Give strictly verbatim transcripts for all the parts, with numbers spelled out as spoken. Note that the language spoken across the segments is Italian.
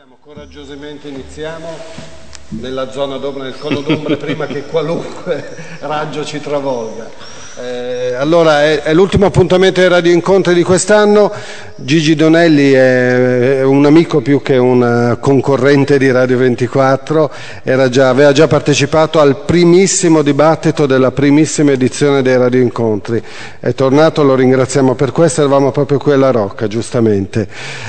Partiamo coraggiosamente, iniziamo nella zona d'ombra, nel cono d'ombra, prima che qualunque raggio ci travolga. Eh, allora è, è l'ultimo appuntamento ai Radio Incontri di quest'anno. Gigi Donelli è, è un amico più che un concorrente di Radio ventiquattro. Era già, aveva già partecipato al primissimo dibattito della primissima edizione dei Radio Incontri. È tornato, lo ringraziamo per questo. Eravamo proprio qui alla Rocca, giustamente.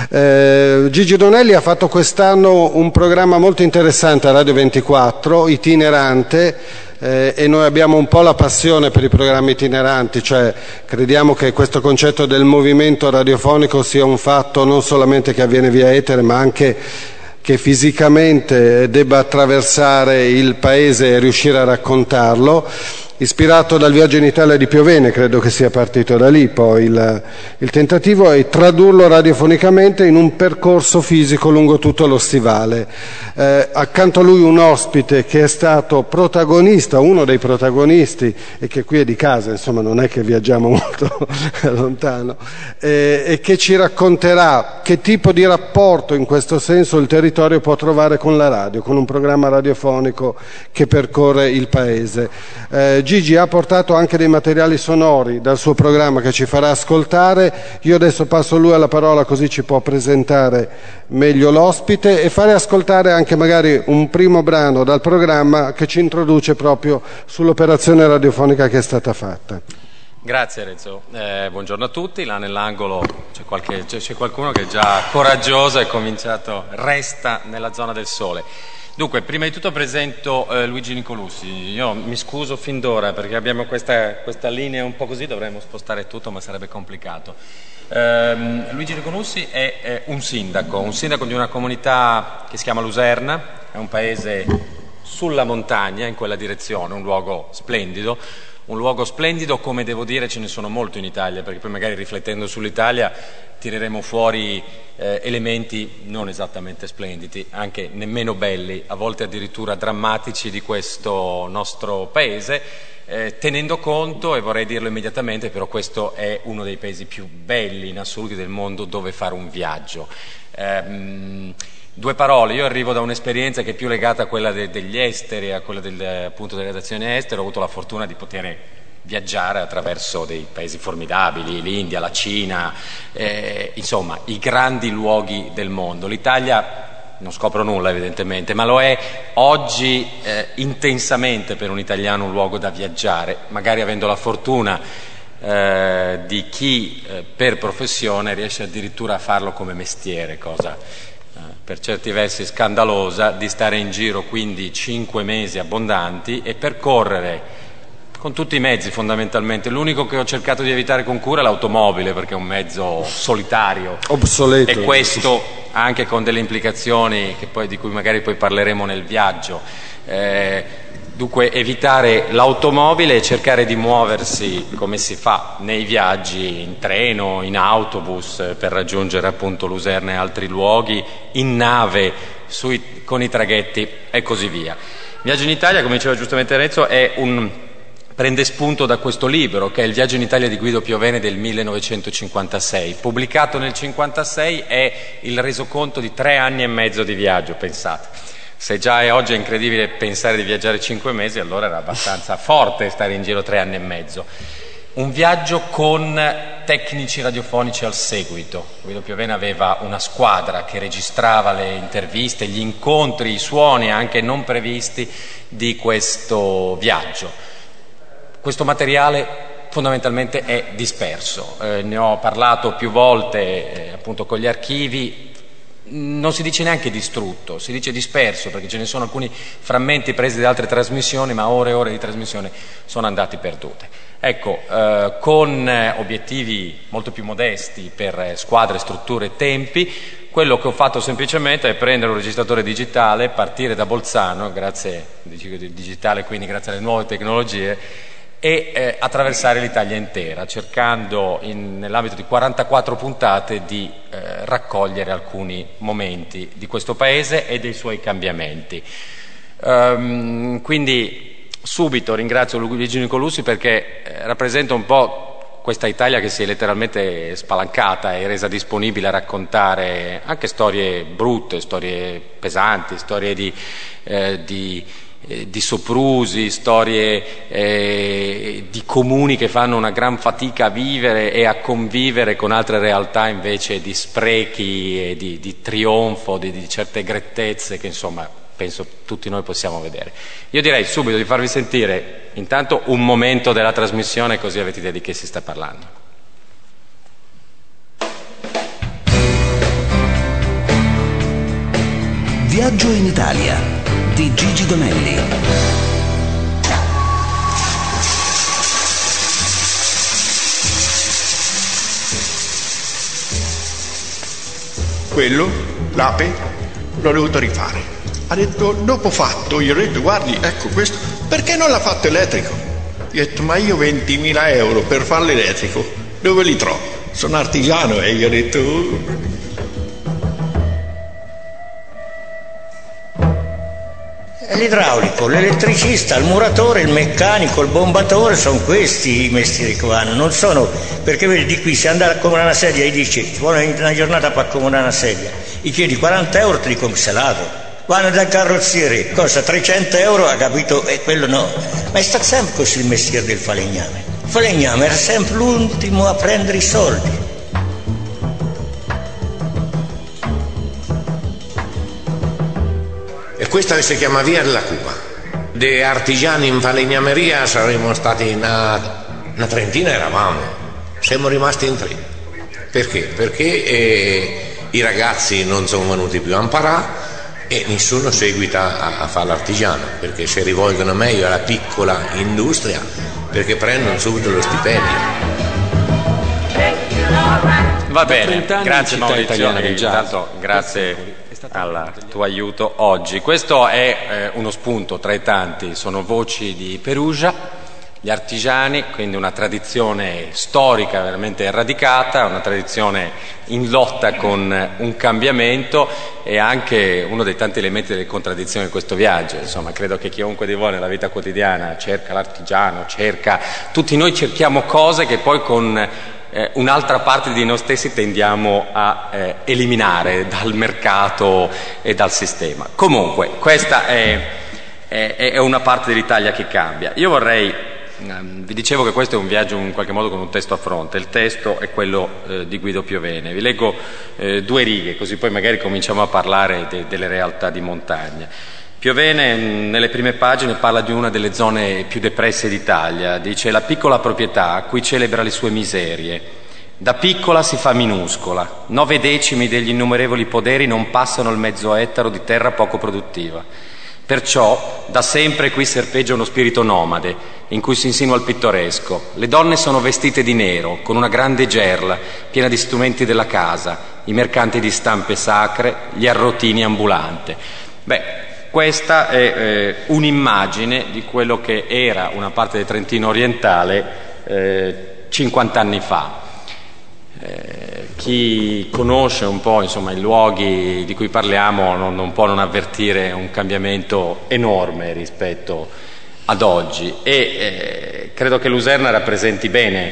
eh, Gigi Donelli ha fatto quest'anno un programma molto interessante a Radio ventiquattro, itinerante. Eh, e noi abbiamo un po' la passione per i programmi itineranti, cioè crediamo che questo concetto del movimento radiofonico sia un fatto non solamente che avviene via etere, ma anche che fisicamente debba attraversare il paese e riuscire a raccontarlo. Ispirato dal viaggio in Italia di Piovene, credo che sia partito da lì poi il, il tentativo è tradurlo radiofonicamente in un percorso fisico lungo tutto lo stivale. Eh, accanto a lui un ospite che è stato protagonista, uno dei protagonisti, e che qui è di casa, insomma non è che viaggiamo molto lontano, eh, e che ci racconterà che tipo di rapporto in questo senso il territorio può trovare con la radio, con un programma radiofonico che percorre il paese. Eh, Gigi ha portato anche dei materiali sonori dal suo programma che ci farà ascoltare. Io adesso passo lui alla parola, così ci può presentare meglio l'ospite e fare ascoltare anche magari un primo brano dal programma che ci introduce proprio sull'operazione radiofonica che è stata fatta. Grazie Renzo, eh, buongiorno a tutti. Là nell'angolo c'è, qualche, c'è, c'è qualcuno che è già coraggioso e è cominciato, resta nella zona del sole. Dunque, prima di tutto presento eh, Luigi Nicolussi. Io mi scuso fin d'ora perché abbiamo questa, questa linea un po' così, dovremmo spostare tutto ma sarebbe complicato. Eh, Luigi Nicolussi è, è un sindaco, un sindaco di una comunità che si chiama Luserna, è un paese sulla montagna, in quella direzione, un luogo splendido. Un luogo splendido, come devo dire, ce ne sono molto in Italia, perché poi magari riflettendo sull'Italia tireremo fuori eh, elementi non esattamente splendidi, anche nemmeno belli, a volte addirittura drammatici di questo nostro paese, eh, tenendo conto, e vorrei dirlo immediatamente, però questo è uno dei paesi più belli in assoluto del mondo dove fare un viaggio. Ehm, Due parole, io arrivo da un'esperienza che è più legata a quella de- degli esteri, a quella del, appunto delle relazioni estere. Ho avuto la fortuna di poter viaggiare attraverso dei paesi formidabili, l'India, la Cina, eh, insomma i grandi luoghi del mondo. L'Italia non scopro nulla evidentemente, ma lo è oggi eh, intensamente per un italiano un luogo da viaggiare, magari avendo la fortuna eh, di chi eh, per professione riesce addirittura a farlo come mestiere, cosa per certi versi scandalosa, di stare in giro quindi cinque mesi abbondanti e percorrere con tutti i mezzi fondamentalmente. L'unico che ho cercato di evitare con cura è l'automobile, perché è un mezzo solitario, obsoleto, e questo anche con delle implicazioni che poi, di cui magari poi parleremo nel viaggio. Eh, Dunque evitare l'automobile e cercare di muoversi come si fa nei viaggi, in treno, in autobus, per raggiungere appunto Luserna e altri luoghi, in nave, sui, con i traghetti e così via. Viaggio in Italia, come diceva giustamente Renzo, è un, prende spunto da questo libro, che è Il viaggio in Italia di Guido Piovene del millenovecentocinquantasei. Pubblicato nel cinquantasei, è il resoconto di tre anni e mezzo di viaggio, pensate. Se già è oggi è incredibile pensare di viaggiare cinque mesi, allora era abbastanza forte stare in giro tre anni e mezzo. Un viaggio con tecnici radiofonici al seguito. Guido Piovene aveva una squadra che registrava le interviste, gli incontri, i suoni anche non previsti di questo viaggio. Questo materiale fondamentalmente è disperso. Eh, ne ho parlato più volte eh, appunto con gli archivi. Non si dice neanche distrutto, si dice disperso, perché ce ne sono alcuni frammenti presi da altre trasmissioni, ma ore e ore di trasmissione sono andati perdute. Ecco, eh, con obiettivi molto più modesti per squadre, strutture e tempi, quello che ho fatto semplicemente è prendere un registratore digitale, partire da Bolzano, grazie al digitale, quindi grazie alle nuove tecnologie, e eh, attraversare l'Italia intera, cercando in, nell'ambito di quarantaquattro puntate di eh, raccogliere alcuni momenti di questo paese e dei suoi cambiamenti. Um, quindi subito ringrazio Luigi Nicolussi perché eh, rappresenta un po' questa Italia che si è letteralmente spalancata e resa disponibile a raccontare anche storie brutte, storie pesanti, storie di, eh, di, eh, di soprusi, storie eh, di comuni che fanno una gran fatica a vivere e a convivere con altre realtà invece di sprechi e di, di trionfo, di, di certe grettezze che insomma penso tutti noi possiamo vedere. Io direi subito di farvi sentire intanto un momento della trasmissione, così avete idea di che si sta parlando. Viaggio in Italia di Gigi Donelli. Quello, l'ape, l'ho dovuto rifare. Ha detto, dopo fatto, io ho detto, guardi, ecco questo, perché non l'ha fatto elettrico? Io ho detto, ma io ventimila euro per farlo elettrico, dove li trovo? Sono artigiano e io ho detto... L'idraulico, l'elettricista, il muratore, il meccanico, il bombatore, sono questi i mestieri che vanno, non sono, perché vedi di qui se andare a accomodare una sedia e dici, ci vuole una giornata per accomodare una sedia, gli chiedi quaranta euro, ti dicono se ladro. Vanno dal carrozziere, costa trecento euro, ha capito? E quello no. Ma è stato sempre così il mestiere del falegname. Il falegname era sempre l'ultimo a prendere i soldi. E questa si chiama Via della Cuba. Di artigiani in falegnameria saremmo stati una, una trentina, eravamo. Siamo rimasti in tre. Perché? Perché eh, i ragazzi non sono venuti più a imparare e nessuno seguita a, a fare l'artigiano, perché si rivolgono meglio alla piccola industria perché prendono subito lo stipendio. Va bene, grazie Maurizio, intanto grazie al tuo aiuto oggi. Questo è eh, uno spunto tra i tanti, sono voci di Perugia, gli artigiani, quindi una tradizione storica veramente radicata, una tradizione in lotta con un cambiamento e anche uno dei tanti elementi delle contraddizioni di questo viaggio. Insomma, credo che chiunque di voi nella vita quotidiana cerca l'artigiano, cerca, tutti noi cerchiamo cose che poi con eh, un'altra parte di noi stessi tendiamo a eh, eliminare dal mercato e dal sistema. Comunque, questa è, è, è una parte dell'Italia che cambia. Io vorrei... Vi dicevo che questo è un viaggio in qualche modo con un testo a fronte, il testo è quello eh, di Guido Piovene. Vi leggo eh, due righe, così poi magari cominciamo a parlare de- delle realtà di montagna. Piovene mh, nelle prime pagine parla di una delle zone più depresse d'Italia, dice: la piccola proprietà a cui celebra le sue miserie. Da piccola si fa minuscola, nove decimi degli innumerevoli poderi non passano il mezzo ettaro di terra poco produttiva. Perciò da sempre qui serpeggia uno spirito nomade, in cui si insinua il pittoresco. Le donne sono vestite di nero, con una grande gerla, piena di strumenti della casa, i mercanti di stampe sacre, gli arrotini ambulante. Beh, questa è eh, un'immagine di quello che era una parte del Trentino orientale eh, cinquanta anni fa. Eh, chi conosce un po' insomma, i luoghi di cui parliamo non, non può non avvertire un cambiamento enorme rispetto ad oggi e eh, credo che Luserna rappresenti bene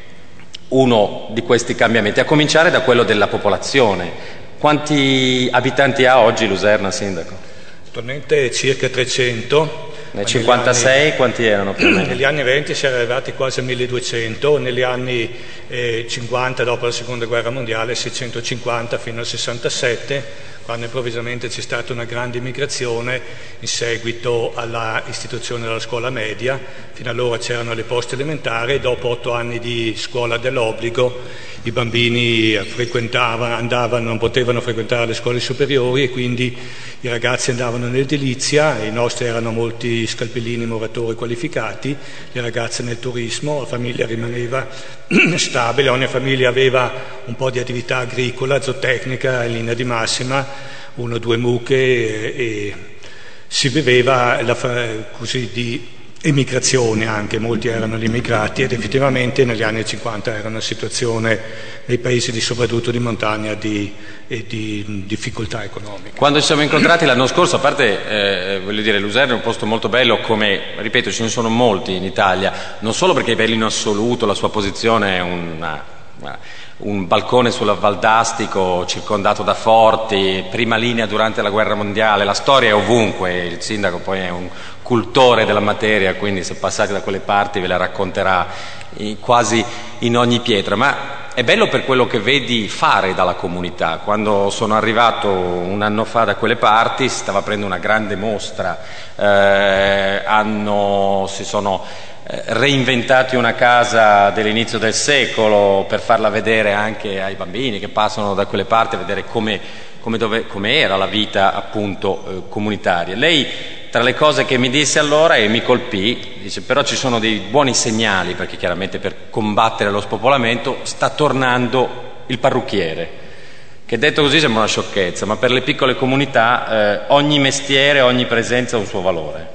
uno di questi cambiamenti, a cominciare da quello della popolazione. Quanti abitanti ha oggi Luserna, sindaco? Attualmente circa trecento. Nel cinquantasei anni, quanti erano più o meno? Negli anni venti si era arrivati quasi a milleduecento, negli anni eh, cinquanta dopo la seconda guerra mondiale seicentocinquanta fino al sessantasette, quando improvvisamente c'è stata una grande immigrazione in seguito alla istituzione della scuola media. Fino allora c'erano le poste elementari e dopo otto anni di scuola dell'obbligo i bambini frequentavano, andavano, non potevano frequentare le scuole superiori e quindi i ragazzi andavano nell'edilizia, i nostri erano molti scalpellini muratori qualificati, le ragazze nel turismo, la famiglia rimaneva stabile, ogni famiglia aveva un po' di attività agricola, zootecnica in linea di massima, uno o due mucche e, e si viveva la, così di emigrazione anche, molti erano gli immigrati ed effettivamente negli anni cinquanta era una situazione nei paesi di, soprattutto di montagna di, e di difficoltà economica. Quando ci siamo incontrati l'anno scorso, a parte eh, voglio dire, Luserna è un posto molto bello, come ripeto ce ne sono molti in Italia, non solo perché è bello in assoluto, la sua posizione è una, una un balcone sulla Val d'Astico circondato da forti, prima linea durante la guerra mondiale, la storia è ovunque, il sindaco poi è un cultore della materia, quindi se passate da quelle parti ve la racconterà quasi in ogni pietra, ma è bello per quello che vedi fare dalla comunità. Quando sono arrivato un anno fa da quelle parti si stava aprendo una grande mostra, eh, hanno, si sono reinventati una casa dell'inizio del secolo per farla vedere anche ai bambini che passano da quelle parti, a vedere come, come, dove, come era la vita appunto eh, comunitaria. Lei, tra le cose che mi disse allora e mi colpì, dice però ci sono dei buoni segnali, perché chiaramente per combattere lo spopolamento sta tornando il parrucchiere, che detto così sembra una sciocchezza, ma per le piccole comunità eh, ogni mestiere, ogni presenza ha un suo valore.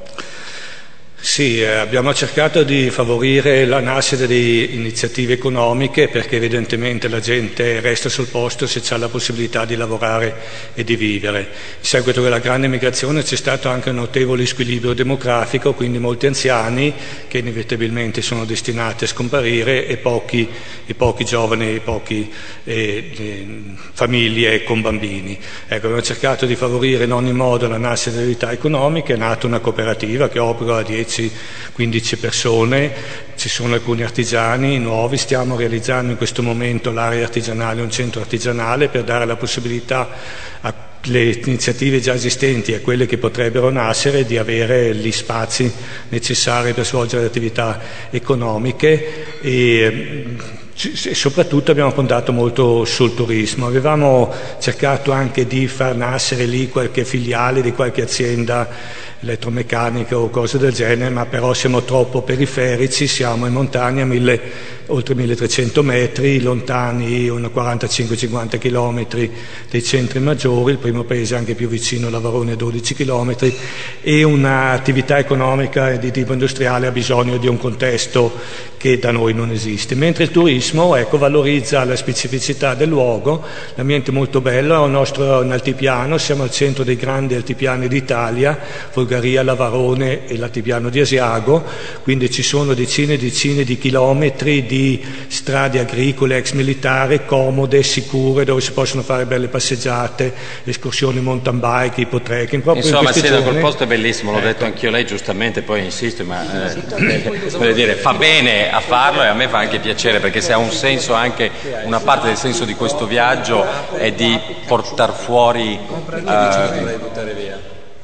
Sì, eh, abbiamo cercato di favorire la nascita di iniziative economiche, perché evidentemente la gente resta sul posto se c'è la possibilità di lavorare e di vivere. In seguito alla grande migrazione c'è stato anche un notevole squilibrio demografico, quindi molti anziani che inevitabilmente sono destinati a scomparire e pochi, e pochi giovani e poche eh, eh, famiglie con bambini. Ecco, abbiamo cercato di favorire in ogni modo la nascita di attività economiche, è nata una cooperativa che opera a dieci quindici persone, ci sono alcuni artigiani nuovi, stiamo realizzando in questo momento l'area artigianale, un centro artigianale per dare la possibilità alle iniziative già esistenti e a quelle che potrebbero nascere di avere gli spazi necessari per svolgere le attività economiche e E soprattutto abbiamo puntato molto sul turismo. Avevamo cercato anche di far nascere lì qualche filiale di qualche azienda elettromeccanica o cose del genere, ma però siamo troppo periferici, siamo in montagna mille, oltre milletrecento metri, lontani quarantacinque cinquanta chilometri dei centri maggiori, il primo paese anche più vicino, Lavarone, dodici chilometri, e un'attività economica di tipo industriale ha bisogno di un contesto che da noi non esiste, mentre il turismo ecco, valorizza la specificità del luogo, l'ambiente è molto bello, è un nostro un altipiano, siamo al centro dei grandi altipiani d'Italia, Folgaria, Lavarone e l'altipiano di Asiago, quindi ci sono decine e decine di chilometri di strade agricole ex militari comode, sicure, dove si possono fare belle passeggiate, escursioni mountain bike, ippotrekking. Insomma, sì, quel posto è bellissimo, l'ho ecco. detto anch'io, lei giustamente poi insiste, ma eh, voglio dire, fa bene a farlo e a me fa anche piacere, perché se ha un senso, anche una parte del senso di questo viaggio è di portar fuori eh,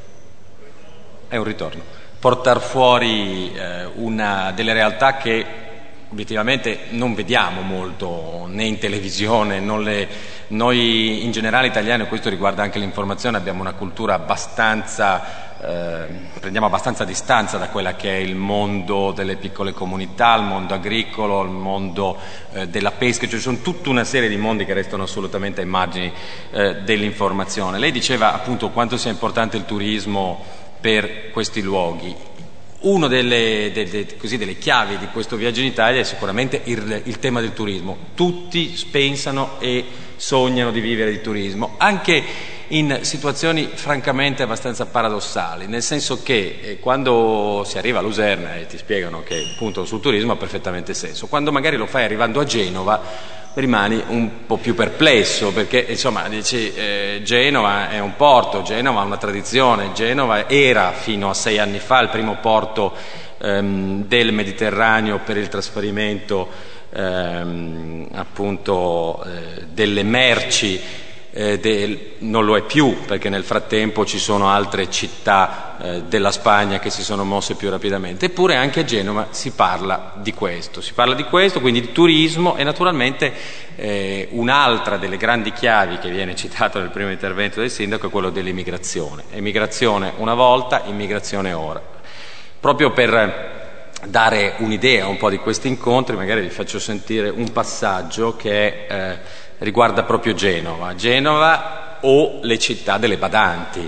è un ritorno portar fuori eh, una delle realtà che obiettivamente non vediamo molto né in televisione, non le, noi in generale italiani, questo riguarda anche l'informazione, abbiamo una cultura abbastanza Eh, prendiamo abbastanza distanza da quella che è il mondo delle piccole comunità, il mondo agricolo, il mondo eh, della pesca, cioè ci sono tutta una serie di mondi che restano assolutamente ai margini eh, dell'informazione. Lei diceva appunto quanto sia importante il turismo per questi luoghi. Una delle, delle, così, delle chiavi di questo viaggio in Italia è sicuramente il, il tema del turismo. Tutti pensano e sognano di vivere di turismo, anche in situazioni francamente abbastanza paradossali, nel senso che eh, quando si arriva a Luserna e ti spiegano che il punto sul turismo ha perfettamente senso, quando magari lo fai arrivando a Genova rimani un po' più perplesso, perché insomma dici eh, Genova è un porto, Genova ha una tradizione, Genova era fino a sei anni fa il primo porto ehm, del Mediterraneo per il trasferimento ehm, appunto eh, delle merci. Eh, del, non lo è più, perché nel frattempo ci sono altre città eh, della Spagna che si sono mosse più rapidamente, eppure anche a Genova si parla di questo, si parla di questo, quindi di turismo e naturalmente eh, un'altra delle grandi chiavi che viene citata nel primo intervento del sindaco è quello dell'immigrazione. Emigrazione una volta, immigrazione ora. Proprio per dare un'idea un po' di questi incontri, magari vi faccio sentire un passaggio che è eh, riguarda proprio Genova, Genova o le città delle badanti.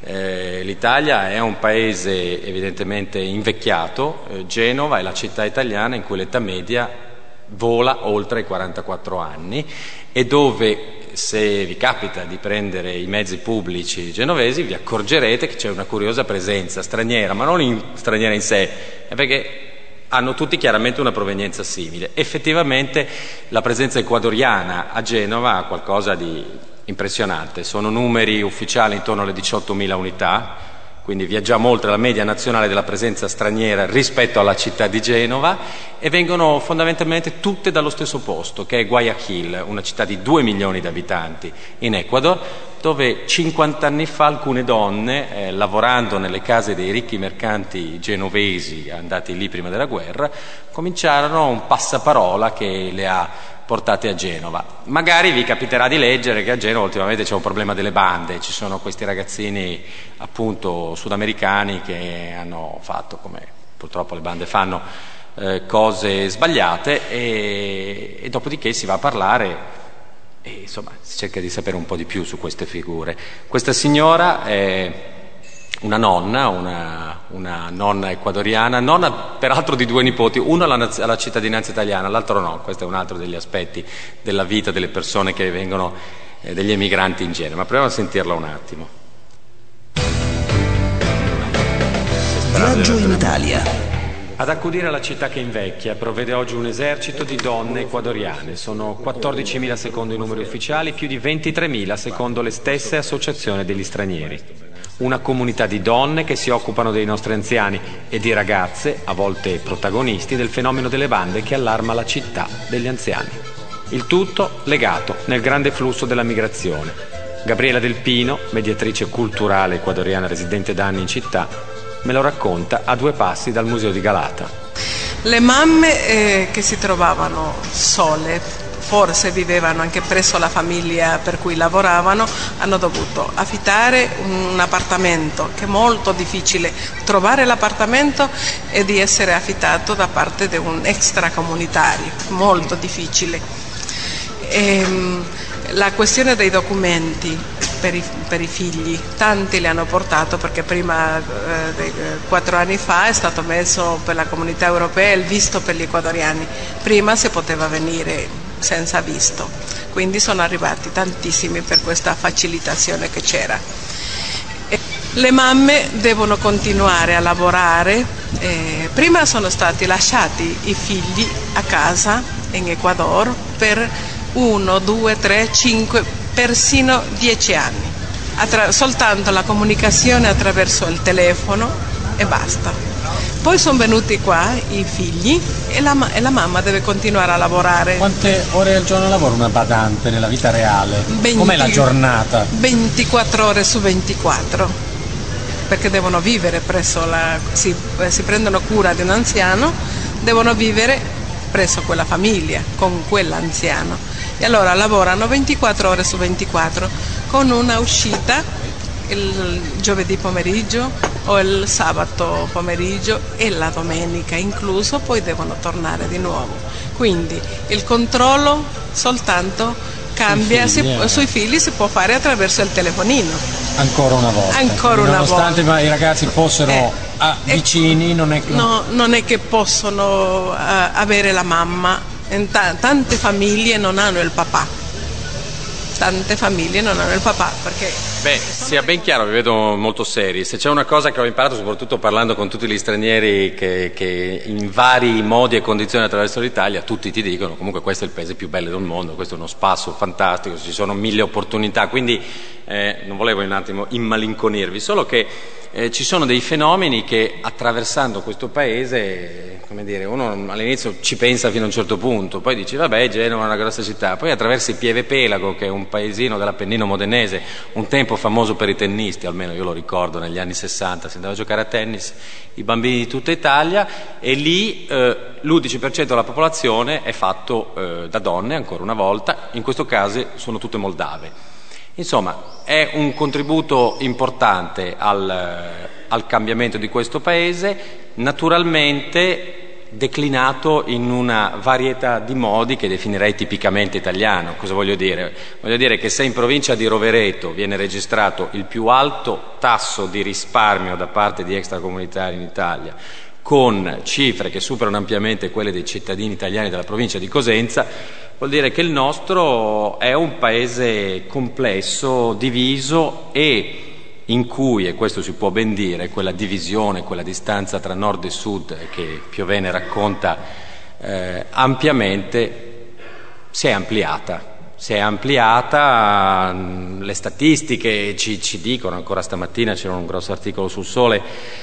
Eh, L'Italia è un paese evidentemente invecchiato, eh, Genova è la città italiana in cui l'età media vola oltre i quarantaquattro anni e dove, se vi capita di prendere i mezzi pubblici genovesi, vi accorgerete che c'è una curiosa presenza straniera, ma non in, straniera in sé, è perché hanno tutti chiaramente una provenienza simile. Effettivamente la presenza ecuadoriana a Genova ha qualcosa di impressionante, sono numeri ufficiali intorno alle diciottomila unità, quindi viaggiamo oltre la media nazionale della presenza straniera rispetto alla città di Genova, e vengono fondamentalmente tutte dallo stesso posto, che è Guayaquil, una città di due milioni di abitanti in Ecuador, dove cinquanta anni fa alcune donne, eh, lavorando nelle case dei ricchi mercanti genovesi andati lì prima della guerra, cominciarono un passaparola che le ha portate a Genova. Magari vi capiterà di leggere che a Genova ultimamente c'è un problema delle bande, ci sono questi ragazzini appunto sudamericani che hanno fatto, come purtroppo le bande fanno, eh, cose sbagliate, e, e dopodiché si va a parlare e insomma si cerca di sapere un po' di più su queste figure. Questa signora è una nonna, una, una nonna ecuadoriana, nonna peraltro di due nipoti, uno alla, alla cittadinanza italiana, l'altro no. Questo è un altro degli aspetti della vita delle persone che vengono, eh, degli emigranti in genere, ma proviamo a sentirla un attimo. Viaggio in Italia. Ad accudire alla città che invecchia provvede oggi un esercito di donne ecuadoriane. Sono quattordicimila secondo i numeri ufficiali, più di ventitremila secondo le stesse associazioni degli stranieri. Una comunità di donne che si occupano dei nostri anziani e di ragazze, a volte protagonisti, del fenomeno delle bande che allarma la città degli anziani. Il tutto legato nel grande flusso della migrazione. Gabriela Del Pino, mediatrice culturale ecuadoriana residente da anni in città, me lo racconta a due passi dal Museo di Galata. Le mamme eh, che si trovavano sole, forse vivevano anche presso la famiglia per cui lavoravano, hanno dovuto affittare un appartamento, che è molto difficile trovare l'appartamento e di essere affittato da parte di un extracomunitario, molto difficile. E, la questione dei documenti per i, per i figli, tanti li hanno portato perché prima, eh, dei, quattro anni fa, è stato messo per la comunità europea il visto per gli ecuadoriani, prima si poteva venire senza visto, quindi sono arrivati tantissimi per questa facilitazione che c'era. E le mamme devono continuare a lavorare, eh, prima sono stati lasciati i figli a casa in Ecuador per uno, due, tre, cinque, persino dieci anni, Attra- soltanto la comunicazione attraverso il telefono e basta. Poi sono venuti qua i figli e la, e la mamma deve continuare a lavorare. Quante ore al giorno lavora una badante nella vita reale? venti Com'è la giornata? ventiquattro ore su ventiquattro, perché devono vivere presso la... si, si prendono cura di un anziano, devono vivere presso quella famiglia, con quell'anziano. E allora lavorano ventiquattro ore su ventiquattro, con una uscita il giovedì pomeriggio o il sabato pomeriggio e la domenica incluso, poi devono tornare di nuovo. Quindi il controllo soltanto cambia, sui figli, si, eh. sui figli si può fare attraverso il telefonino. Ancora una volta. Ancora una Nonostante volta. i ragazzi fossero eh, a, vicini, non è che... No, non è che possono uh, avere la mamma. In t- tante famiglie non hanno il papà. Tante famiglie non hanno il papà perché... Beh, sia ben chiaro, vi vedo molto seri. Se c'è una cosa che ho imparato, soprattutto parlando con tutti gli stranieri che, che in vari modi e condizioni attraverso l'Italia, tutti ti dicono comunque questo è il paese più bello del mondo, questo è uno spasso fantastico, ci sono mille opportunità, quindi eh, non volevo un attimo immalinconirvi, solo che eh, ci sono dei fenomeni che attraversando questo paese, come dire, uno all'inizio ci pensa fino a un certo punto, poi dici vabbè Genova è una grossa città, poi attraversi Pieve Pelago, che è un paesino dell'Appennino modenese, un tempo famoso per i tennisti, almeno io lo ricordo, negli anni sessanta si andava a giocare a tennis, i bambini di tutta Italia, e lì eh, l'undici per cento della popolazione è fatto eh, da donne, ancora una volta, in questo caso sono tutte moldave. Insomma, è un contributo importante al, al cambiamento di questo paese. Naturalmente declinato in una varietà di modi che definirei tipicamente italiano. Cosa voglio dire? Voglio dire che se in provincia di Rovereto viene registrato il più alto tasso di risparmio da parte di extracomunitari in Italia, con cifre che superano ampiamente quelle dei cittadini italiani della provincia di Cosenza, vuol dire che il nostro è un paese complesso, diviso e in cui, e questo si può ben dire, quella divisione, quella distanza tra nord e sud che Piovene racconta eh, ampiamente, si è ampliata. Si è ampliata, le statistiche ci, ci dicono, ancora stamattina c'era un grosso articolo sul Sole,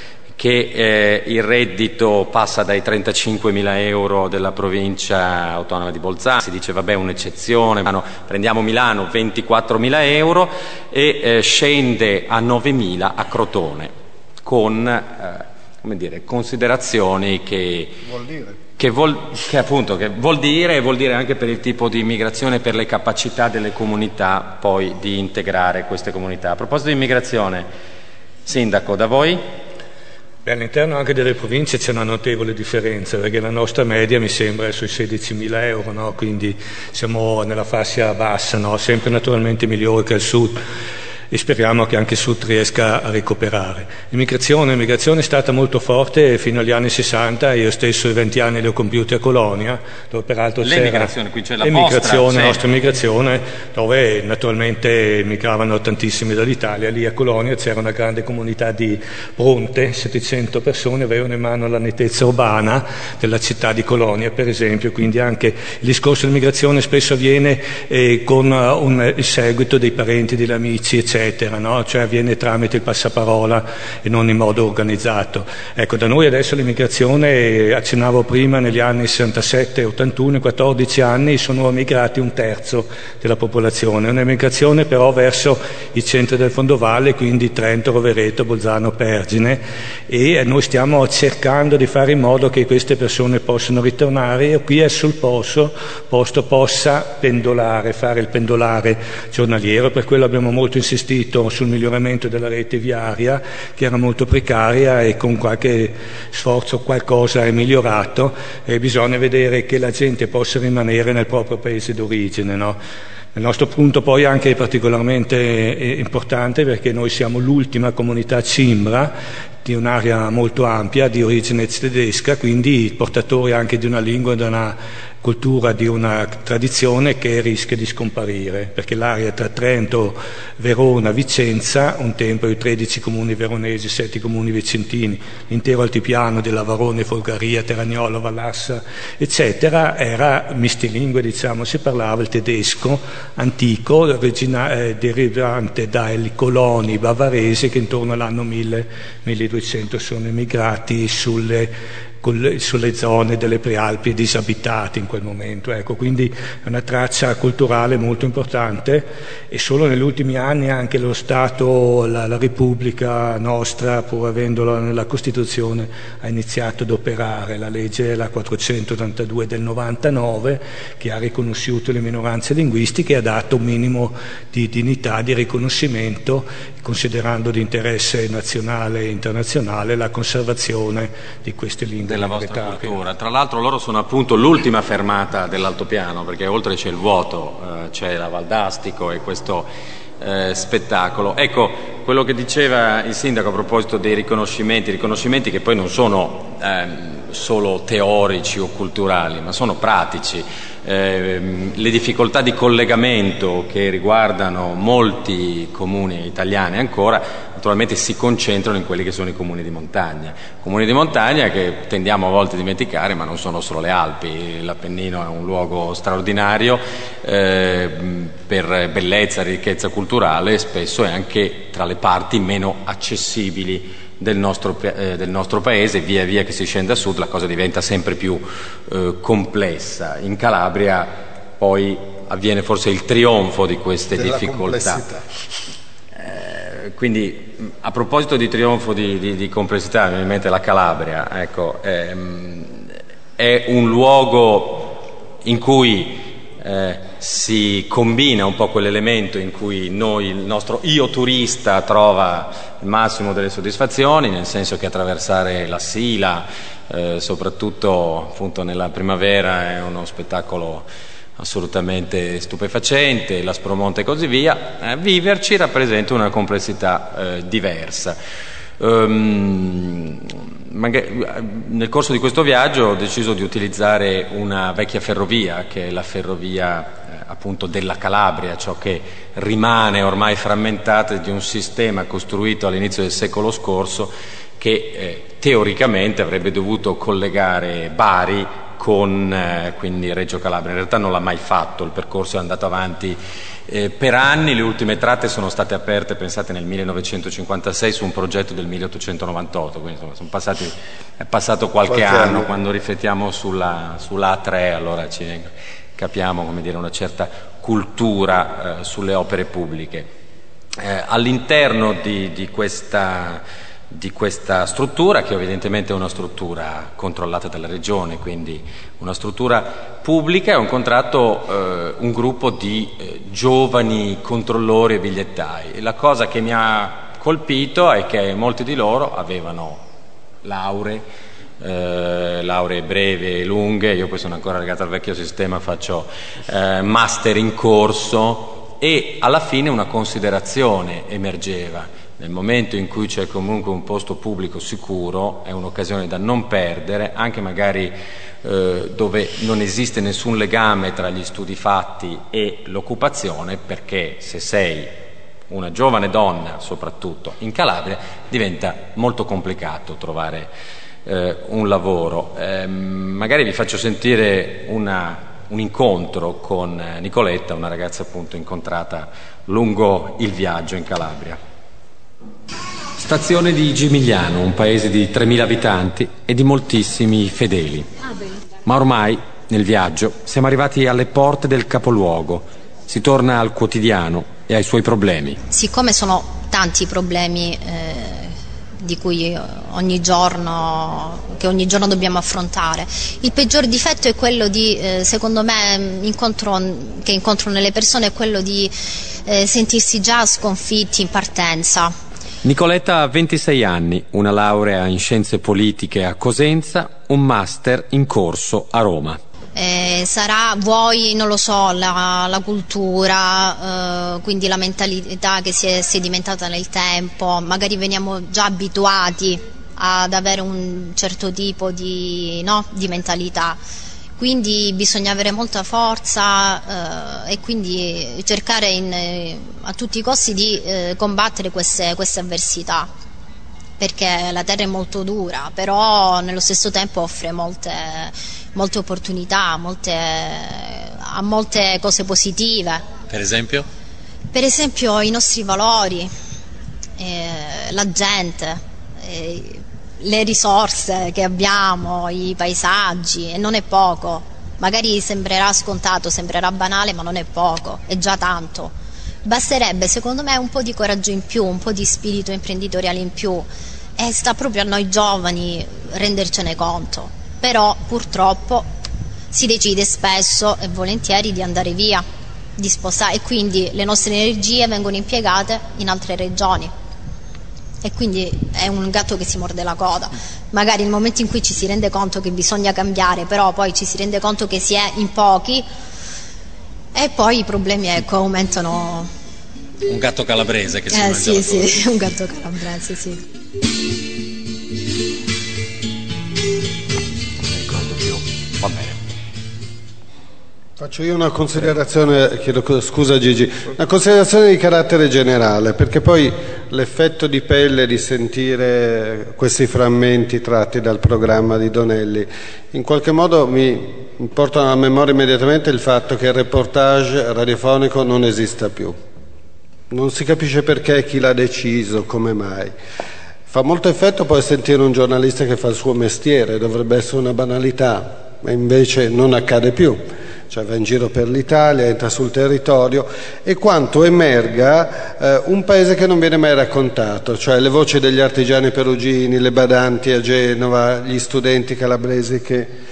che eh, il reddito passa dai trentacinquemila euro della provincia autonoma di Bolzano, si dice vabbè un'eccezione, no, prendiamo Milano ventiquattromila euro e eh, scende a novemila a Crotone, con eh, come dire, considerazioni che vuol dire Che vuol, che appunto, che vuol dire e vuol dire anche per il tipo di immigrazione, per le capacità delle comunità poi di integrare queste comunità. A proposito di immigrazione, Sindaco, da voi? Beh, all'interno anche delle province c'è una notevole differenza, perché la nostra media mi sembra è sui sedicimila euro, no? Quindi siamo nella fascia bassa, no? Sempre naturalmente migliore che al sud. E speriamo che anche il Sud riesca a recuperare. L'immigrazione, l'immigrazione è stata molto forte fino agli anni sessanta, io stesso i venti anni li ho compiuti a Colonia, dove peraltro c'era l'immigrazione, qui c'è la l'immigrazione, vostra, la nostra immigrazione, dove naturalmente migravano tantissimi dall'Italia. Lì a Colonia c'era una grande comunità di Bronte, settecento persone avevano in mano la nettezza urbana della città di Colonia, per esempio, quindi anche il discorso dell'immigrazione spesso avviene eh, con uh, un, il seguito dei parenti, degli amici, eccetera. No? Cioè avviene tramite il passaparola e non in modo organizzato. Ecco, da noi adesso l'immigrazione, accennavo prima, negli anni sessantasette ottantuno, quattordici anni sono emigrati un terzo della popolazione, un'emigrazione però verso i centri del fondovalle, quindi Trento, Rovereto, Bolzano, Pergine, e noi stiamo cercando di fare in modo che queste persone possano ritornare e qui è sul posto, posto possa pendolare, fare il pendolare giornaliero. Per quello abbiamo molto insistito sul miglioramento della rete viaria, che era molto precaria, e con qualche sforzo qualcosa è migliorato, e bisogna vedere che la gente possa rimanere nel proprio paese d'origine, no? Il nostro punto poi anche è particolarmente importante perché noi siamo l'ultima comunità cimbra di un'area molto ampia di origine tedesca, quindi portatori anche di una lingua e di una cultura, di una tradizione che rischia di scomparire, perché l'area tra Trento, Verona, Vicenza, un tempo i tredici comuni veronesi, sette comuni vicentini, l'intero altipiano della Varone, Folgaria, Teragnola, Vallassa, eccetera, era mistilingue, diciamo, si parlava il tedesco antico, origina- eh, derivante dai coloni bavaresi che intorno all'anno mille milleduecento sono emigrati sulle sulle zone delle Prealpi disabitate in quel momento, ecco, quindi è una traccia culturale molto importante, e solo negli ultimi anni anche lo Stato, la, la Repubblica nostra, pur avendola nella Costituzione, ha iniziato ad operare la legge, la quattrocentottantadue del novantanove, che ha riconosciuto le minoranze linguistiche e ha dato un minimo di dignità, di riconoscimento, considerando di interesse nazionale e internazionale la conservazione di queste lingue della vostra cultura. Tra l'altro loro sono appunto l'ultima fermata dell'altopiano, perché oltre c'è il vuoto, eh, c'è la Valdastico e questo eh, spettacolo. Ecco, quello che diceva il sindaco a proposito dei riconoscimenti, riconoscimenti che poi non sono ehm, solo teorici o culturali, ma sono pratici. Eh, le difficoltà di collegamento che riguardano molti comuni italiani ancora naturalmente si concentrano in quelli che sono i comuni di montagna, comuni di montagna che tendiamo a volte a dimenticare, ma non sono solo le Alpi. L'Appennino è un luogo straordinario eh, per bellezza, ricchezza culturale, spesso è anche tra le parti meno accessibili del nostro, eh, del nostro paese. Via via che si scende a sud la cosa diventa sempre più eh, complessa. In Calabria poi avviene forse il trionfo di queste della difficoltà. Eh, quindi a proposito di trionfo di, di, di complessità, mi viene in mente la Calabria, ecco, ehm, è un luogo in cui eh, si combina un po' quell'elemento in cui noi, il nostro io turista, trova il massimo delle soddisfazioni, nel senso che attraversare la Sila, eh, soprattutto appunto nella primavera, è uno spettacolo assolutamente stupefacente, l'Aspromonte e così via. Eh, viverci rappresenta una complessità eh, diversa. Um, nel corso di questo viaggio ho deciso di utilizzare una vecchia ferrovia, che è la ferrovia eh, appunto della Calabria, ciò che rimane ormai frammentata di un sistema costruito all'inizio del secolo scorso che eh, teoricamente avrebbe dovuto collegare Bari con eh, quindi Reggio Calabria. In realtà non l'ha mai fatto, il percorso è andato avanti eh, per anni, le ultime tratte sono state aperte, pensate, nel millenovecentocinquantasei su un progetto del milleottocentonovantotto, quindi insomma sono passati, è passato qualche, qualche anno. anno. Quando riflettiamo sulla, sulla A tre, allora ci capiamo, come dire, una certa cultura eh, sulle opere pubbliche. Eh, all'interno di, di questa di questa struttura, che evidentemente è una struttura controllata dalla regione, quindi una struttura pubblica, ho incontrato eh, un gruppo di eh, giovani controllori e bigliettai. E la cosa che mi ha colpito è che molti di loro avevano lauree, eh, lauree brevi e lunghe. Io poi sono ancora legato al vecchio sistema, faccio eh, master in corso, e alla fine una considerazione emergeva. Nel momento in cui c'è comunque un posto pubblico sicuro, è un'occasione da non perdere, anche magari eh, dove non esiste nessun legame tra gli studi fatti e l'occupazione, perché se sei una giovane donna, soprattutto in Calabria, diventa molto complicato trovare eh, un lavoro. Eh, magari vi faccio sentire una, un incontro con Nicoletta, una ragazza appunto incontrata lungo il viaggio in Calabria. Stazione di Gimigliano, un paese di tremila abitanti e di moltissimi fedeli. Ma ormai, nel viaggio, siamo arrivati alle porte del capoluogo. Si torna al quotidiano e ai suoi problemi. Siccome sono tanti i problemi eh, di cui ogni giorno, che ogni giorno dobbiamo affrontare, il peggior difetto è quello di, eh, secondo me, incontro, che incontro nelle persone, è quello di eh, sentirsi già sconfitti in partenza. Nicoletta ha ventisei anni, una laurea in scienze politiche a Cosenza, un master in corso a Roma. Eh, sarà, vuoi, non lo so, la, la cultura, eh, quindi la mentalità che si è sedimentata nel tempo, magari veniamo già abituati ad avere un certo tipo di, no, di mentalità. Quindi bisogna avere molta forza eh, e quindi cercare in, eh, a tutti i costi di eh, combattere queste, queste avversità, perché la terra è molto dura, però nello stesso tempo offre molte, molte opportunità, molte, ha molte cose positive. Per esempio? Per esempio i nostri valori, eh, la gente, eh, le risorse che abbiamo, i paesaggi, e non è poco. Magari sembrerà scontato, sembrerà banale, ma non è poco, è già tanto. Basterebbe, secondo me, un po' di coraggio in più, un po' di spirito imprenditoriale in più, e sta proprio a noi giovani rendercene conto. Però purtroppo si decide spesso e volentieri di andare via, di sposare, e quindi le nostre energie vengono impiegate in altre regioni. E quindi è un gatto che si morde la coda. Magari nel momento in cui ci si rende conto che bisogna cambiare, però poi ci si rende conto che si è in pochi, e poi i problemi, ecco, aumentano. Un gatto calabrese che si eh, mangia sì, la coda. sì, un gatto calabrese, sì. Non mi ricordo più. Va bene. Faccio io una considerazione, chiedo scusa Gigi, una considerazione di carattere generale, perché poi l'effetto di pelle di sentire questi frammenti tratti dal programma di Donelli in qualche modo mi portano alla memoria immediatamente il fatto che il reportage radiofonico non esista più. Non si capisce perché, chi l'ha deciso, come mai. Fa molto effetto poi sentire un giornalista che fa il suo mestiere, dovrebbe essere una banalità, ma invece non accade più. Cioè va in giro per l'Italia, entra sul territorio, e quanto emerga eh, un paese che non viene mai raccontato, cioè le voci degli artigiani perugini, le badanti a Genova, gli studenti calabresi che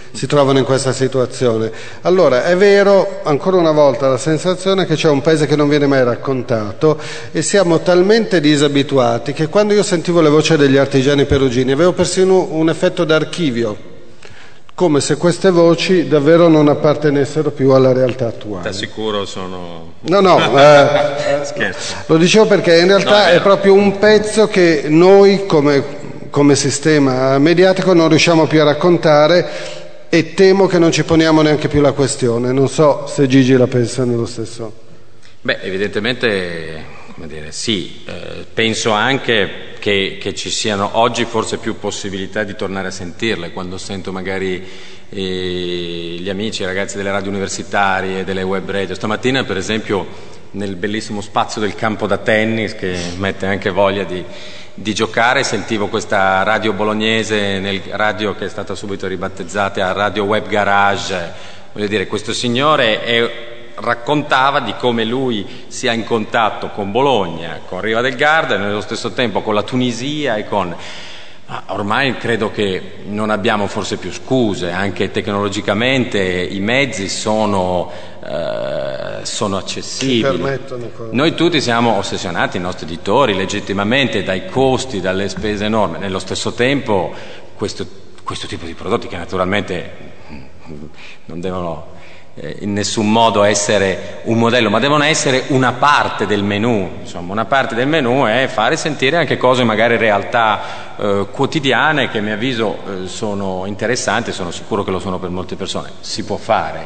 si trovano in questa situazione. Allora è vero, ancora una volta la sensazione che c'è un paese che non viene mai raccontato e siamo talmente disabituati che quando io sentivo le voci degli artigiani perugini avevo persino un effetto d'archivio, come se queste voci davvero non appartenessero più alla realtà attuale. T'assicuro sono... No, no, eh, scherzo. Lo dicevo perché in realtà no, è, è proprio un pezzo che noi come, come sistema mediatico non riusciamo più a raccontare e temo che non ci poniamo neanche più la questione. Non so se Gigi la pensa nello stesso. Beh, evidentemente, come dire, sì, eh, penso anche che, che ci siano oggi forse più possibilità di tornare a sentirle, quando sento magari eh, gli amici, i ragazzi delle radio universitarie, delle web radio. Stamattina per esempio nel bellissimo spazio del campo da tennis, che mette anche voglia di, di giocare, sentivo questa radio bolognese, nel radio che è stata subito ribattezzata a Radio Web Garage. Voglio dire, questo signore è... raccontava di come lui sia in contatto con Bologna, con Riva del Garda e nello stesso tempo con la Tunisia e con... Ma ormai credo che non abbiamo forse più scuse, anche tecnologicamente i mezzi sono, eh, sono accessibili. Noi tutti siamo ossessionati, i nostri editori, legittimamente, dai costi, dalle spese enormi. Nello stesso tempo questo, questo tipo di prodotti, che naturalmente non devono in nessun modo essere un modello, ma devono essere una parte del menù. Insomma, una parte del menù è fare sentire anche cose, magari realtà eh, quotidiane, che a mio avviso eh, sono interessanti, sono sicuro che lo sono per molte persone. Si può fare,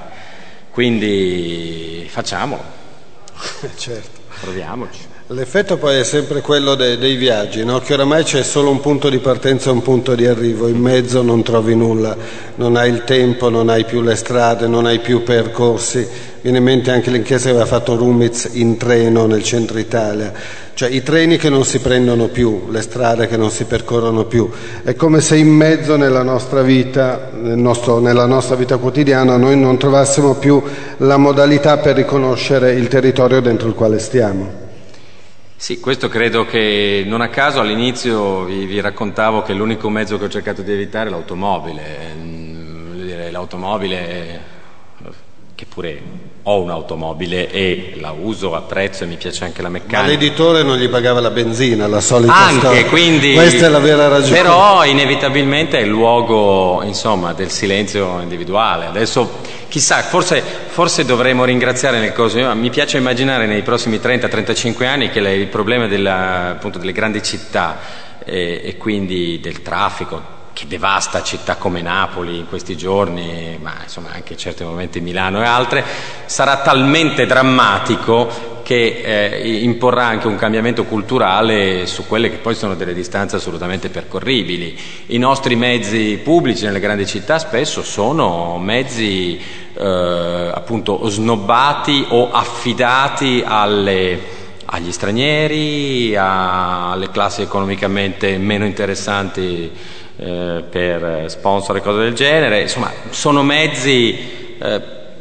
quindi facciamolo. Certo. Proviamoci. L'effetto poi è sempre quello de- dei viaggi, no? Che oramai c'è solo un punto di partenza e un punto di arrivo, in mezzo non trovi nulla, non hai il tempo, non hai più le strade, non hai più percorsi. Viene in mente anche l'inchiesta che aveva fatto Rumiz in treno nel centro Italia, cioè i treni che non si prendono più, le strade che non si percorrono più. È come se in mezzo nella nostra vita, nel nostro, nella nostra vita quotidiana, noi non trovassimo più la modalità per riconoscere il territorio dentro il quale stiamo. Sì, questo credo che non a caso all'inizio vi, vi raccontavo che l'unico mezzo che ho cercato di evitare è l'automobile. Voglio dire, l'automobile, che pure ho un'automobile e la uso, apprezzo e mi piace anche la meccanica. Ma l'editore non gli pagava la benzina, la solita anche, storia. Quindi, questa è la vera ragione. Però inevitabilmente è il luogo, insomma, del silenzio individuale. Adesso chissà, forse, forse dovremmo ringraziare nel coso. Mi piace immaginare nei prossimi trenta trentacinque anni che il problema della, appunto, delle grandi città e, e quindi del traffico che devasta città come Napoli in questi giorni, ma insomma anche in certi momenti Milano e altre, sarà talmente drammatico che eh, imporrà anche un cambiamento culturale su quelle che poi sono delle distanze assolutamente percorribili. I nostri mezzi pubblici nelle grandi città spesso sono mezzi eh, appunto snobbati o affidati alle agli stranieri, a, alle classi economicamente meno interessanti eh, per sponsor e cose del genere. Insomma, sono mezzi eh,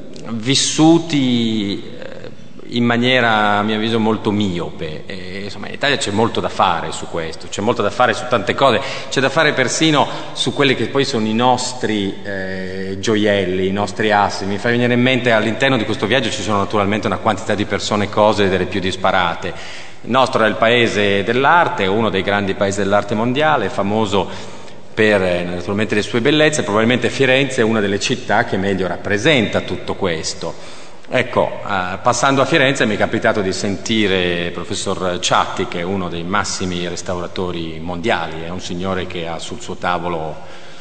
vissuti in maniera, a mio avviso, molto miope. E, insomma, in Italia c'è molto da fare su questo, c'è molto da fare su tante cose, c'è da fare persino su quelli che poi sono i nostri eh, gioielli, i nostri assi. Mi fa venire in mente, all'interno di questo viaggio ci sono naturalmente una quantità di persone e cose delle più disparate. Il nostro è il paese dell'arte, uno dei grandi paesi dell'arte mondiale, famoso per naturalmente le sue bellezze. Probabilmente Firenze è una delle città che meglio rappresenta tutto questo. Ecco, eh, passando a Firenze mi è capitato di sentire il professor Ciatti, che è uno dei massimi restauratori mondiali, è un signore che ha sul suo tavolo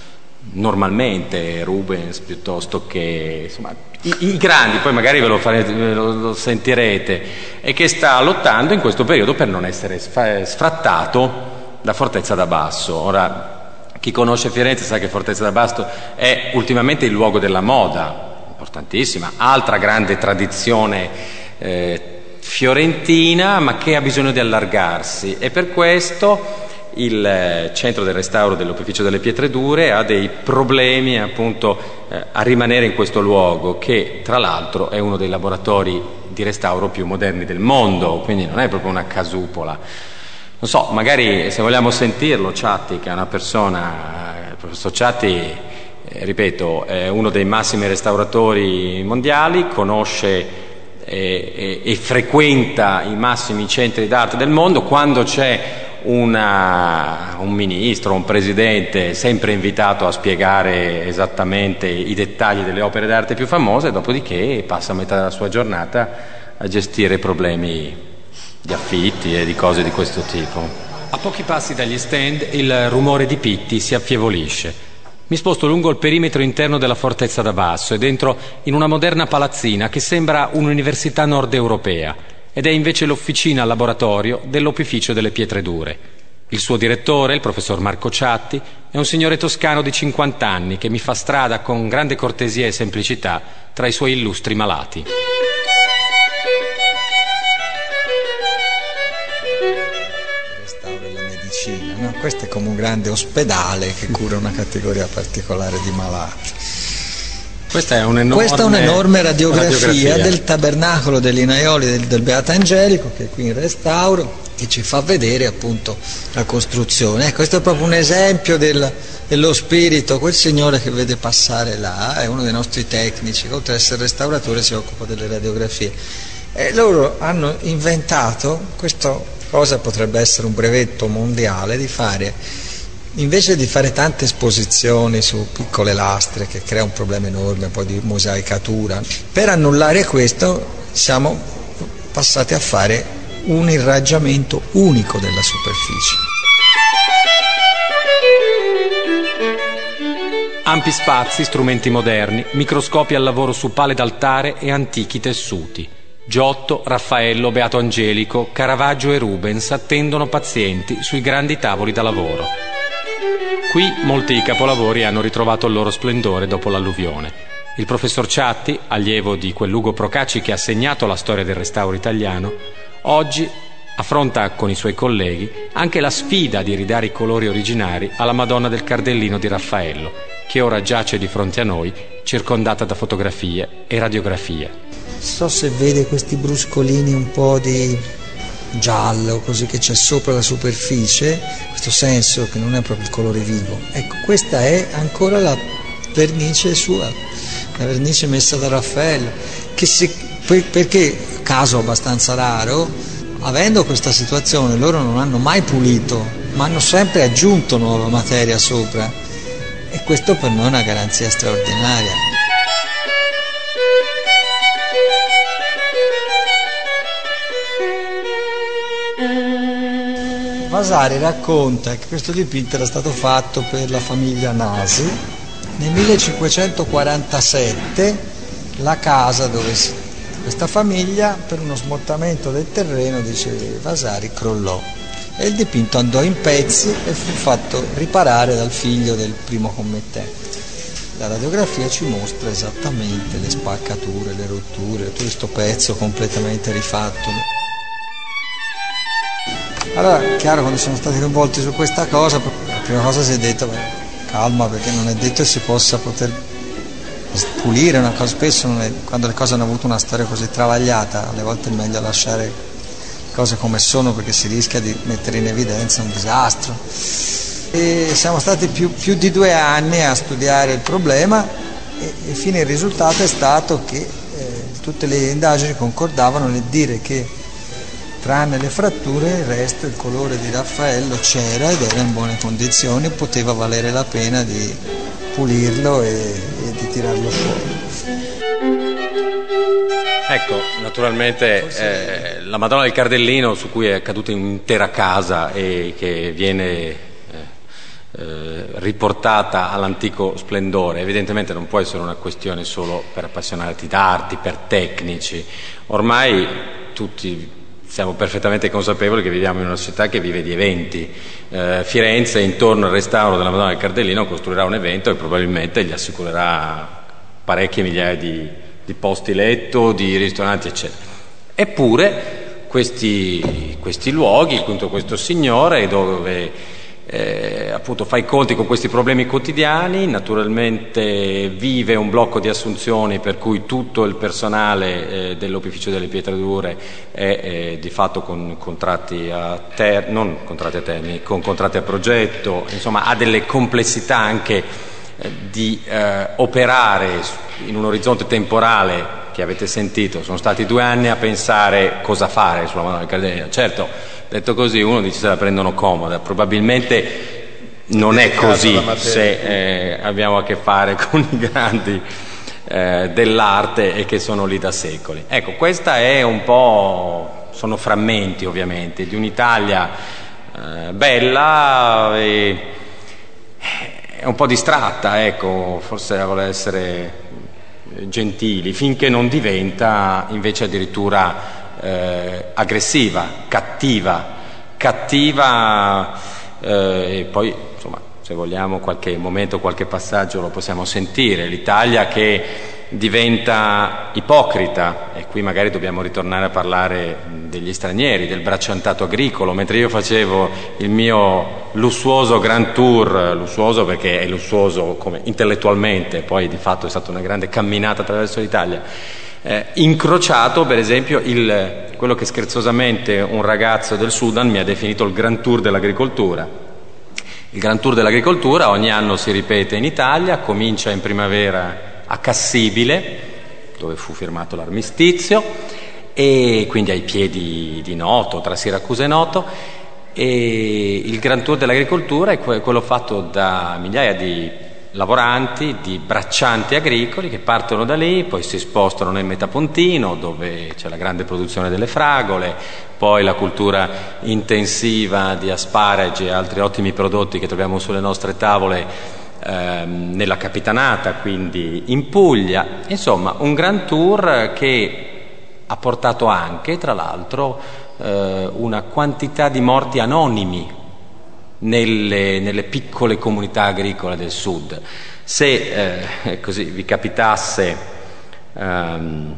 normalmente Rubens piuttosto che insomma, i, i grandi, poi magari ve lo, farete, ve lo, lo sentirete, e che sta lottando in questo periodo per non essere sfrattato da Fortezza d'Abasso. Ora, chi conosce Firenze sa che Fortezza d'Abasso è ultimamente il luogo della moda, importantissima, altra grande tradizione eh, fiorentina, ma che ha bisogno di allargarsi, e per questo il eh, centro del restauro dell'Opificio delle Pietre Dure ha dei problemi appunto eh, a rimanere in questo luogo, che tra l'altro è uno dei laboratori di restauro più moderni del mondo, quindi non è proprio una casupola. Non so, magari se vogliamo sentirlo, Ciatti, che è una persona, il professor Ciatti eh, ripeto, è uno dei massimi restauratori mondiali, conosce e, e, e frequenta i massimi centri d'arte del mondo. Quando c'è una, un ministro, un presidente, sempre invitato a spiegare esattamente i dettagli delle opere d'arte più famose, dopodiché passa metà della sua giornata a gestire problemi di affitti e di cose di questo tipo. A pochi passi dagli stand il rumore di Pitti si affievolisce. Mi sposto lungo il perimetro interno della fortezza da basso ed entro in una moderna palazzina che sembra un'università nord europea, ed è invece l'officina laboratorio dell'opificio delle pietre dure. Il suo direttore, il professor Marco Ciatti, è un signore toscano di cinquanta anni che mi fa strada con grande cortesia e semplicità tra i suoi illustri malati. No, questo è come un grande ospedale che cura una categoria particolare di malati. Questa è un'enorme, Questa è un'enorme radiografia, radiografia del tabernacolo degli Naioli del, del Beato Angelico, che è qui in restauro, che ci fa vedere appunto la costruzione. Ecco, questo è proprio un esempio del, dello spirito. Quel signore che vede passare là è uno dei nostri tecnici, che oltre ad essere restauratore si occupa delle radiografie. E loro hanno inventato questo. Cosa potrebbe essere un brevetto mondiale di fare, invece di fare tante esposizioni su piccole lastre che crea un problema enorme poi di mosaicatura, per annullare questo siamo passati a fare un irraggiamento unico della superficie. Ampi spazi, strumenti moderni, microscopi al lavoro su pale d'altare e antichi tessuti. Giotto, Raffaello, Beato Angelico, Caravaggio e Rubens attendono pazienti sui grandi tavoli da lavoro. Qui molti capolavori hanno ritrovato il loro splendore dopo l'alluvione. Il professor Ciatti, allievo di quel Lugo Procacci che ha segnato la storia del restauro italiano, oggi affronta con i suoi colleghi anche la sfida di ridare i colori originari alla Madonna del Cardellino di Raffaello, che ora giace di fronte a noi, circondata da fotografie e radiografie. Non so se vede questi bruscolini un po' di giallo così che c'è sopra la superficie, questo senso che non è proprio il colore vivo. Ecco, questa è ancora la vernice sua, la vernice messa da Raffaello, che si, perché, caso abbastanza raro, avendo questa situazione loro non hanno mai pulito, ma hanno sempre aggiunto nuova materia sopra, e questo per noi è una garanzia straordinaria. Vasari racconta che questo dipinto era stato fatto per la famiglia Nasi. Nel millecinquecentoquarantasette la casa dove si, questa famiglia, per uno smottamento del terreno, dice Vasari, crollò e il dipinto andò in pezzi e fu fatto riparare dal figlio del primo committente. La radiografia ci mostra esattamente le spaccature, le rotture, tutto questo pezzo completamente rifatto. Allora, chiaro, quando siamo stati coinvolti su questa cosa, la prima cosa si è detto, beh, calma, perché non è detto che si possa poter pulire una cosa. Spesso non è, quando le cose hanno avuto una storia così travagliata, alle volte è meglio lasciare le cose come sono, perché si rischia di mettere in evidenza un disastro. E siamo stati più, più di due anni a studiare il problema e, e fine il risultato è stato che eh, tutte le indagini concordavano nel dire che tranne le fratture, il resto, il colore di Raffaello c'era ed era in buone condizioni, poteva valere la pena di pulirlo e, e di tirarlo fuori. Ecco, naturalmente eh, la Madonna del Cardellino, su cui è caduta un'intera casa e che viene eh, eh, riportata all'antico splendore, evidentemente non può essere una questione solo per appassionati d'arti, per tecnici. Ormai tutti siamo perfettamente consapevoli che viviamo in una società che vive di eventi. Eh, Firenze, intorno al restauro della Madonna del Cardellino, costruirà un evento e probabilmente gli assicurerà parecchie migliaia di, di posti letto, di ristoranti, eccetera. Eppure questi, questi luoghi, appunto questo signore, dove eh, appunto fa i conti con questi problemi quotidiani, naturalmente vive un blocco di assunzioni per cui tutto il personale eh, dell'opificio delle pietre dure è eh, di fatto con contratti a ter- non contratti a termine, con contratti a progetto, insomma ha delle complessità anche eh, di eh, operare in un orizzonte temporale che avete sentito, sono stati due anni a pensare cosa fare sulla Madonna del Cardinale. Certo, detto così uno dice se la prendono comoda, probabilmente non è così se eh, abbiamo a che fare con i grandi eh, dell'arte e che sono lì da secoli. Ecco, questa è un po', sono frammenti ovviamente di un'Italia eh, bella e è un po' distratta, ecco, forse vuole essere gentili, finché non diventa invece addirittura eh, aggressiva, cattiva, cattiva eh, e poi insomma se vogliamo qualche momento, qualche passaggio lo possiamo sentire, l'Italia che diventa ipocrita, e qui magari dobbiamo ritornare a parlare degli stranieri, del bracciantato agricolo, mentre io facevo il mio lussuoso grand tour, lussuoso perché è lussuoso come intellettualmente, poi di fatto è stata una grande camminata attraverso l'Italia, eh, incrociato per esempio il, quello che scherzosamente un ragazzo del Sudan mi ha definito il grand tour dell'agricoltura. Il Grand Tour dell'agricoltura ogni anno si ripete in Italia, comincia in primavera a Cassibile, dove fu firmato l'armistizio, e quindi ai piedi di Noto, tra Siracusa e Noto, e il Grand Tour dell'agricoltura è quello fatto da migliaia di lavoranti, di braccianti agricoli che partono da lì, poi si spostano nel Metapontino dove c'è la grande produzione delle fragole, poi la cultura intensiva di asparagi e altri ottimi prodotti che troviamo sulle nostre tavole ehm, nella Capitanata, quindi in Puglia. Insomma, un Grand Tour che ha portato anche, tra l'altro, eh, una quantità di morti anonimi Nelle, nelle piccole comunità agricole del sud. Se eh, così vi capitasse ehm,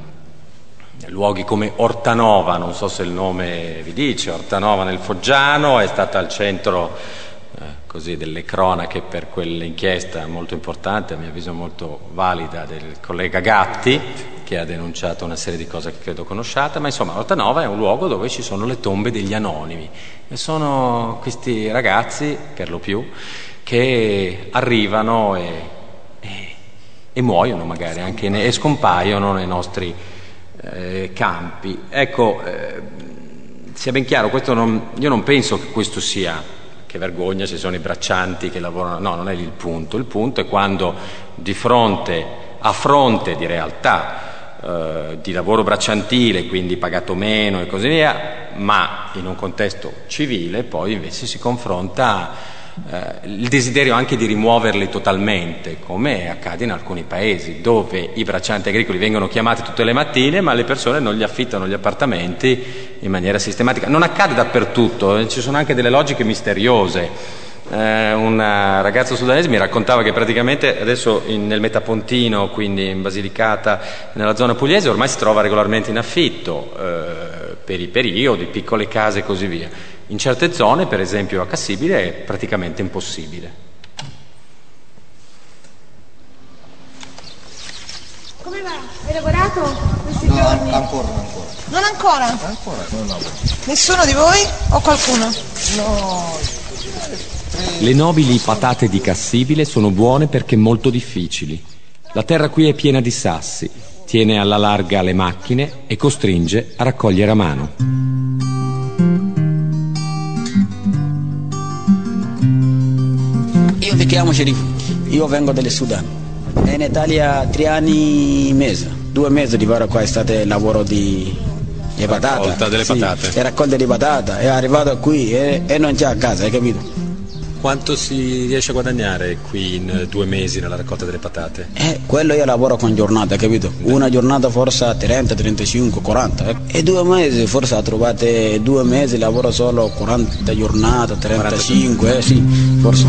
luoghi come Ortanova, non so se il nome vi dice, Ortanova nel Foggiano è stata al centro eh, così delle cronache per quell'inchiesta molto importante, a mio avviso molto valida, del collega Gatti, che ha denunciato una serie di cose che credo conosciate, ma insomma Ortanova è un luogo dove ci sono le tombe degli anonimi e sono questi ragazzi per lo più che arrivano e, e, e muoiono magari anche ne, e scompaiono nei nostri eh, campi. Ecco, eh, sia ben chiaro, questo non, io non penso che questo sia, che vergogna se sono i braccianti che lavorano, no, non è lì il punto, il punto è quando di fronte a fronte di realtà di lavoro bracciantile, quindi pagato meno e così via, ma in un contesto civile poi invece si confronta eh, il desiderio anche di rimuoverli totalmente, come accade in alcuni paesi dove i braccianti agricoli vengono chiamati tutte le mattine ma le persone non gli affittano gli appartamenti in maniera sistematica. Non accade dappertutto, ci sono anche delle logiche misteriose. Eh, un ragazzo sudanese mi raccontava che praticamente adesso in, nel Metapontino, quindi in Basilicata, nella zona pugliese, ormai si trova regolarmente in affitto eh, per i periodi, piccole case e così via. In certe zone, per esempio a Cassibile, è praticamente impossibile. Come va? Hai lavorato questi no, giorni? Ancora, ancora. Non ancora? Ancora non lavoro. Nessuno di voi o qualcuno? No. Le nobili patate di Cassibile sono buone perché molto difficili. La terra qui è piena di sassi, tiene alla larga le macchine e costringe a raccogliere a mano. Io mi chiamo Sherif, io vengo dal Sudan. In Italia tre anni e mezzo, due mesi di lavoro qua è stato il lavoro di, di patata. Raccolta delle sì, patate. E raccolta di patata, è arrivato qui e, e non c'è a casa, hai capito? Quanto si riesce a guadagnare qui in due mesi nella raccolta delle patate? Eh, quello io lavoro con giornata, capito? Una giornata forse trenta, trentacinque, quaranta. Eh. E due mesi, forse trovate due mesi, lavoro solo quaranta giornate, trentacinque, eh, sì, forse.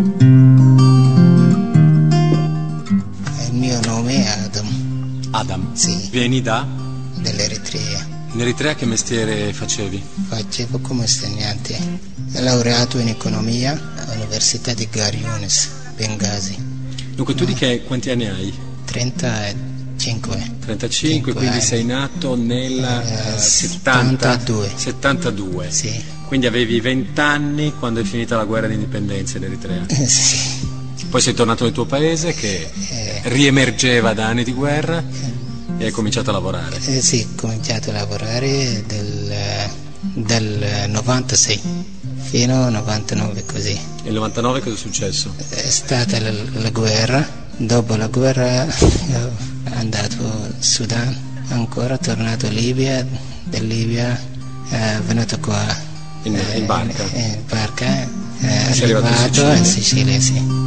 Il mio nome è Adam. Adam? Sì. Vieni da? Dell'Eritrea. In Eritrea che mestiere facevi? Facevo come insegnante. Laureato in economia all'Università di Gar Younes, Bengasi. Dunque tu di che quanti anni hai? trentacinque. trentacinque, quindi anni. Sei nato nel eh, settanta, settantadue. settantadue. Sì. Quindi avevi venti anni quando è finita la guerra di indipendenza in Eritrea. Eh, sì. Poi sei tornato nel tuo paese che eh, riemergeva da anni di guerra e hai cominciato a lavorare. Eh, sì, ho cominciato a lavorare del, dal novantasei fino al novantanove così. E il novantanove cosa è successo? È stata la, la guerra, dopo la guerra sono andato in Sudan, ancora tornato in Libia, da Libia eh, venuto qua in, eh, in barca, in, in barca eh, sei arrivato in arrivato in Sicilia, sì.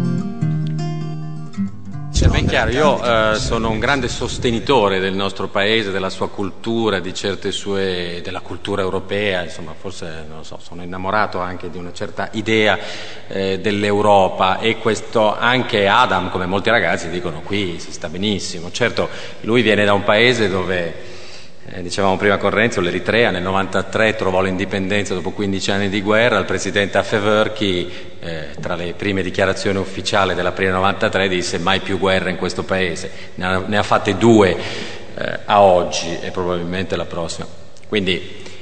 È ben chiaro, io eh, sono un grande sostenitore del nostro paese, della sua cultura, di certe sue, della cultura europea, insomma forse non lo so, sono innamorato anche di una certa idea eh, dell'Europa, e questo anche Adam, come molti ragazzi, dicono qui si sta benissimo. Certo, lui viene da un paese dove, eh, dicevamo prima con Renzo, l'Eritrea nel novantatré trovò l'indipendenza dopo quindici anni di guerra. Il presidente Afewerki, eh, tra le prime dichiarazioni ufficiali dell'aprile novantatré, disse mai più guerra in questo paese. Ne ha, ne ha fatte due eh, a oggi e probabilmente la prossima. Quindi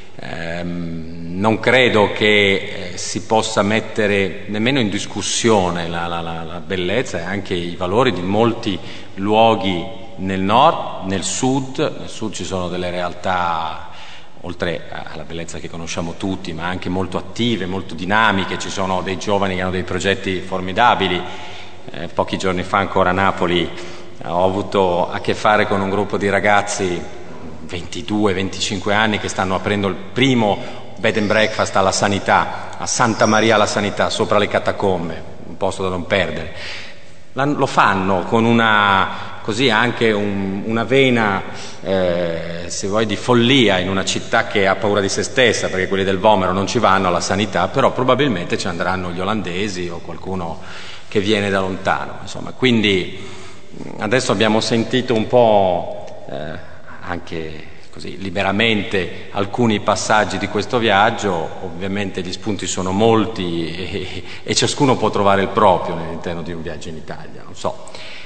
ehm, non credo che eh, si possa mettere nemmeno in discussione la, la, la, la bellezza e anche i valori di molti luoghi nel nord, nel sud. Nel sud ci sono delle realtà, oltre alla bellezza che conosciamo tutti, ma anche molto attive, molto dinamiche. Ci sono dei giovani che hanno dei progetti formidabili. Eh, pochi giorni fa ancora a Napoli eh, ho avuto a che fare con un gruppo di ragazzi ventidue venticinque anni che stanno aprendo il primo bed and breakfast alla Sanità, a Santa Maria alla Sanità, sopra le catacombe, un posto da non perdere. Lo fanno con una, così anche un, una vena, eh, se vuoi, di follia in una città che ha paura di se stessa, perché quelli del Vomero non ci vanno alla Sanità, però probabilmente ci andranno gli olandesi o qualcuno che viene da lontano, insomma. Quindi adesso abbiamo sentito un po' eh, anche così liberamente alcuni passaggi di questo viaggio. Ovviamente gli spunti sono molti e, e ciascuno può trovare il proprio all'interno di un viaggio in Italia, non so,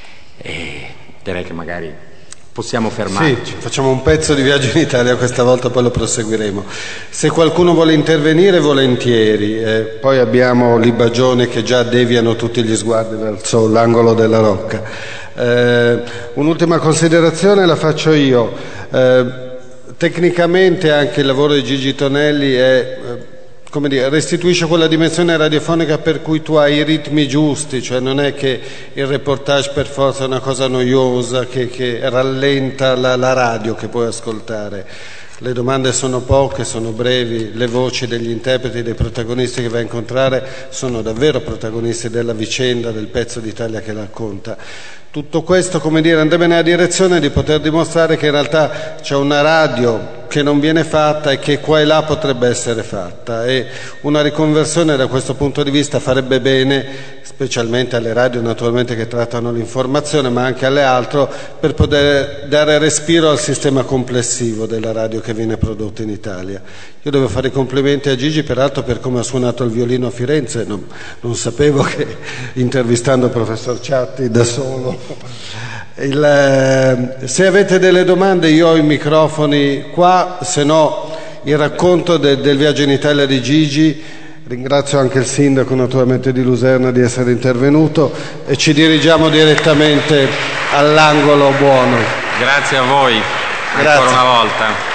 e direi che magari possiamo fermarci. Sì, facciamo un pezzo di viaggio in Italia questa volta, poi lo proseguiremo. Se qualcuno vuole intervenire, volentieri. Eh, poi abbiamo Libagione che già deviano tutti gli sguardi verso l'angolo della Rocca. Eh, un'ultima considerazione la faccio io. Eh, Tecnicamente anche il lavoro di Gigi Tonelli è, come dire, restituisce quella dimensione radiofonica per cui tu hai i ritmi giusti, cioè non è che il reportage per forza è una cosa noiosa che, che rallenta la, la radio che puoi ascoltare. Le domande sono poche, sono brevi, le voci degli interpreti, dei protagonisti che vai a incontrare sono davvero protagonisti della vicenda, del pezzo d'Italia che racconta. Tutto questo, come dire, andrebbe nella direzione di poter dimostrare che in realtà c'è una radio che non viene fatta e che qua e là potrebbe essere fatta, e una riconversione da questo punto di vista farebbe bene specialmente alle radio naturalmente che trattano l'informazione, ma anche alle altre, per poter dare respiro al sistema complessivo della radio che viene prodotto in Italia. Io devo fare i complimenti a Gigi peraltro per come ha suonato il violino a Firenze, non, non sapevo che intervistando il professor Ciatti da solo. Il, eh, se avete delle domande io ho i microfoni qua, se no il racconto de, del viaggio in Italia di Gigi. Ringrazio anche il sindaco naturalmente di Luserna di essere intervenuto e ci dirigiamo direttamente all'angolo buono. Grazie a voi. Grazie. Ancora una volta.